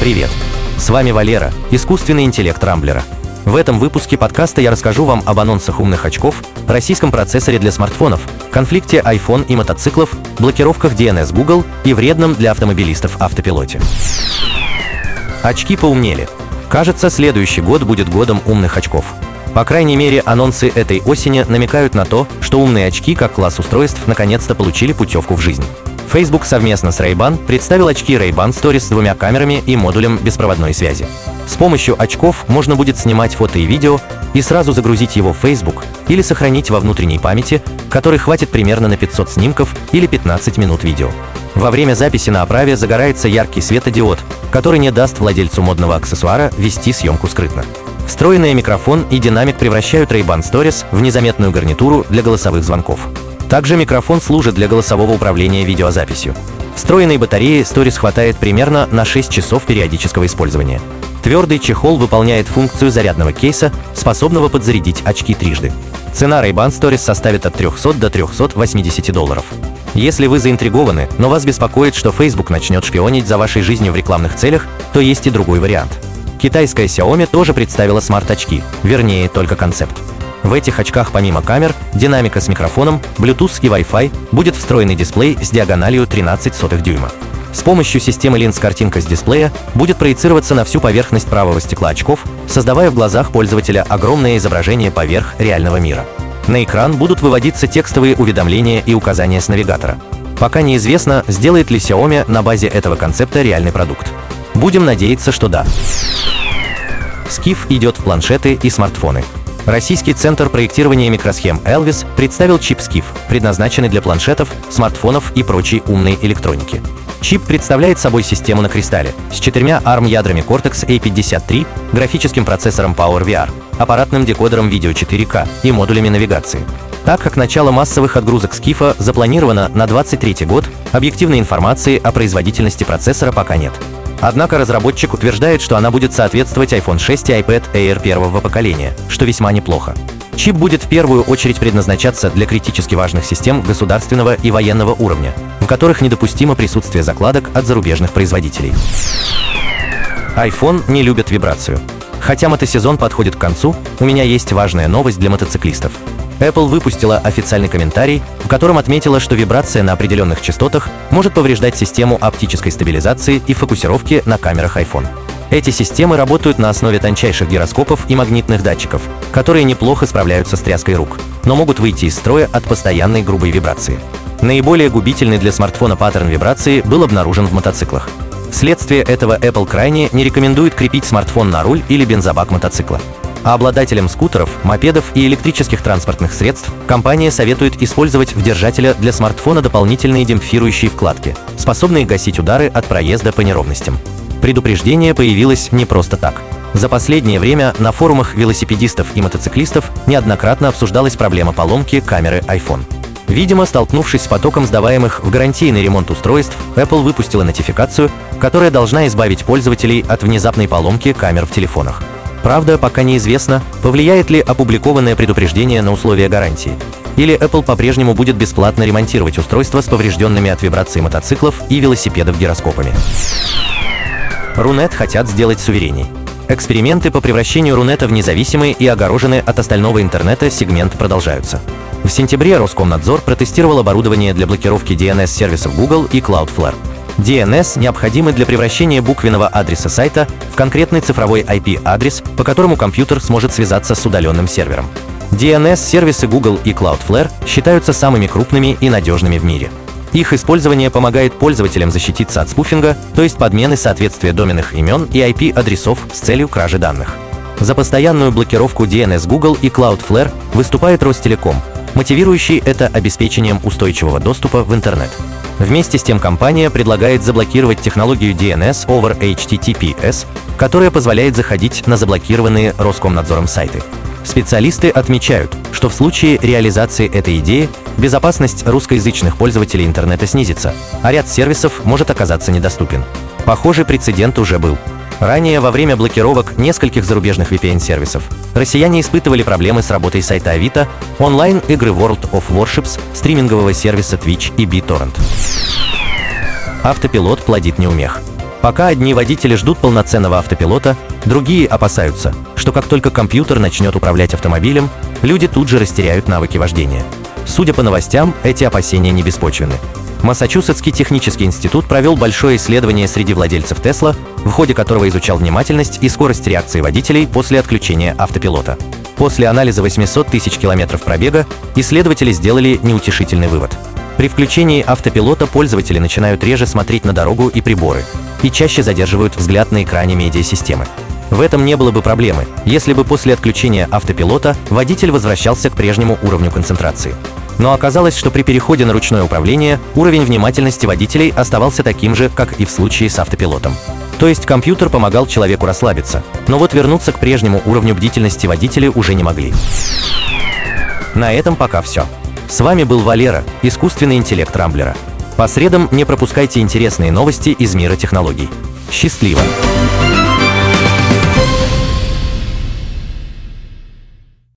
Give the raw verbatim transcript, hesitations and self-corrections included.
Привет! С вами Валера, искусственный интеллект Рамблера. В этом выпуске подкаста я расскажу вам об анонсах умных очков, российском процессоре для смартфонов, конфликте iPhone и мотоциклов, блокировках ди эн эс Google и вредном для автомобилистов автопилоте. Очки поумнели. Кажется, следующий год будет годом умных очков. По крайней мере, анонсы этой осени намекают на то, что умные очки как класс устройств наконец-то получили путевку в жизнь. Facebook совместно с Ray-Ban представил очки Ray-Ban Stories с двумя камерами и модулем беспроводной связи. С помощью очков можно будет снимать фото и видео и сразу загрузить его в Facebook или сохранить во внутренней памяти, которой хватит примерно на пятьсот снимков или пятнадцать минут видео. Во время записи на оправе загорается яркий светодиод, который не даст владельцу модного аксессуара вести съемку скрытно. Встроенный микрофон и динамик превращают Ray-Ban Stories в незаметную гарнитуру для голосовых звонков. Также микрофон служит для голосового управления видеозаписью. Встроенной батареи Stories хватает примерно на шесть часов периодического использования. Твердый чехол выполняет функцию зарядного кейса, способного подзарядить очки трижды. Цена Ray-Ban Stories составит от трёхсот до трёхсот восьмидесяти долларов. Если вы заинтригованы, но вас беспокоит, что Facebook начнет шпионить за вашей жизнью в рекламных целях, то есть и другой вариант. Китайская Xiaomi тоже представила смарт-очки, вернее, только концепт. В этих очках помимо камер, динамика с микрофоном, Bluetooth и Wi-Fi будет встроенный дисплей с диагональю тринадцать сотых дюйма. С помощью системы линз картинка с дисплея будет проецироваться на всю поверхность правого стекла очков, создавая в глазах пользователя огромное изображение поверх реального мира. На экран будут выводиться текстовые уведомления и указания с навигатора. Пока неизвестно, сделает ли Xiaomi на базе этого концепта реальный продукт. Будем надеяться, что да. Скиф идет в планшеты и смартфоны. Российский центр проектирования микросхем Elvis представил чип Скиф, предназначенный для планшетов, смартфонов и прочей умной электроники. Чип представляет собой систему на кристалле с четырьмя арм-ядрами Cortex эй пятьдесят три, графическим процессором PowerVR, аппаратным декодером видео четыре ка и модулями навигации. Так как начало массовых отгрузок Скифа запланировано на двадцать третий год, объективной информации о производительности процессора пока нет. Однако разработчик утверждает, что она будет соответствовать iPhone шесть и iPad Air первого поколения, что весьма неплохо. Чип будет в первую очередь предназначаться для критически важных систем государственного и военного уровня, в которых недопустимо присутствие закладок от зарубежных производителей. iPhone не любит вибрацию. Хотя мотосезон подходит к концу, у меня есть важная новость для мотоциклистов. Apple выпустила официальный комментарий, в котором отметила, что вибрация на определенных частотах может повреждать систему оптической стабилизации и фокусировки на камерах iPhone. Эти системы работают на основе тончайших гироскопов и магнитных датчиков, которые неплохо справляются с тряской рук, но могут выйти из строя от постоянной грубой вибрации. Наиболее губительный для смартфона паттерн вибрации был обнаружен в мотоциклах. Вследствие этого Apple крайне не рекомендует крепить смартфон на руль или бензобак мотоцикла. А обладателям скутеров, мопедов и электрических транспортных средств компания советует использовать в держателе для смартфона дополнительные демпфирующие вкладки, способные гасить удары от проезда по неровностям. Предупреждение появилось не просто так. За последнее время на форумах велосипедистов и мотоциклистов неоднократно обсуждалась проблема поломки камеры iPhone. Видимо, столкнувшись с потоком сдаваемых в гарантийный ремонт устройств, Apple выпустила нотификацию, которая должна избавить пользователей от внезапной поломки камер в телефонах. Правда, пока неизвестно, повлияет ли опубликованное предупреждение на условия гарантии. Или Apple по-прежнему будет бесплатно ремонтировать устройства с поврежденными от вибрации мотоциклов и велосипедов гироскопами. Рунет хотят сделать суверенней. Эксперименты по превращению Рунета в независимый и огороженный от остального интернета сегмент продолжаются. В сентябре Роскомнадзор протестировал оборудование для блокировки ди эн эс-сервисов Google и Cloudflare. ди эн эс необходимы для превращения буквенного адреса сайта в конкретный цифровой ай пи-адрес, по которому компьютер сможет связаться с удаленным сервером. ди эн эс-сервисы Google и Cloudflare считаются самыми крупными и надежными в мире. Их использование помогает пользователям защититься от спуфинга, то есть подмены соответствия доменных имен и ай пи-адресов с целью кражи данных. За постоянную блокировку ди эн эс Google и Cloudflare выступает Ростелеком, мотивирующий это обеспечением устойчивого доступа в интернет. Вместе с тем компания предлагает заблокировать технологию ди эн эс over эйч ти ти пи эс, которая позволяет заходить на заблокированные Роскомнадзором сайты. Специалисты отмечают, что в случае реализации этой идеи безопасность русскоязычных пользователей интернета снизится, а ряд сервисов может оказаться недоступен. Похожий прецедент уже был. Ранее, во время блокировок нескольких зарубежных ви пи эн-сервисов, россияне испытывали проблемы с работой сайта Авито, онлайн-игры World of Warships, стримингового сервиса Twitch и BitTorrent. Автопилот плодит неумех. Пока одни водители ждут полноценного автопилота, другие опасаются, что как только компьютер начнет управлять автомобилем, люди тут же растеряют навыки вождения. Судя по новостям, эти опасения не беспочвенны. Массачусетский технический институт провел большое исследование среди владельцев Tesla, в ходе которого изучал внимательность и скорость реакции водителей после отключения автопилота. После анализа восьмисот тысяч километров пробега исследователи сделали неутешительный вывод. При включении автопилота пользователи начинают реже смотреть на дорогу и приборы и чаще задерживают взгляд на экране медиасистемы. В этом не было бы проблемы, если бы после отключения автопилота водитель возвращался к прежнему уровню концентрации. Но оказалось, что при переходе на ручное управление уровень внимательности водителей оставался таким же, как и в случае с автопилотом. То есть компьютер помогал человеку расслабиться, но вот вернуться к прежнему уровню бдительности водители уже не могли. На этом пока все. С вами был Валера, искусственный интеллект Рамблера. По средам не пропускайте интересные новости из мира технологий. Счастливо!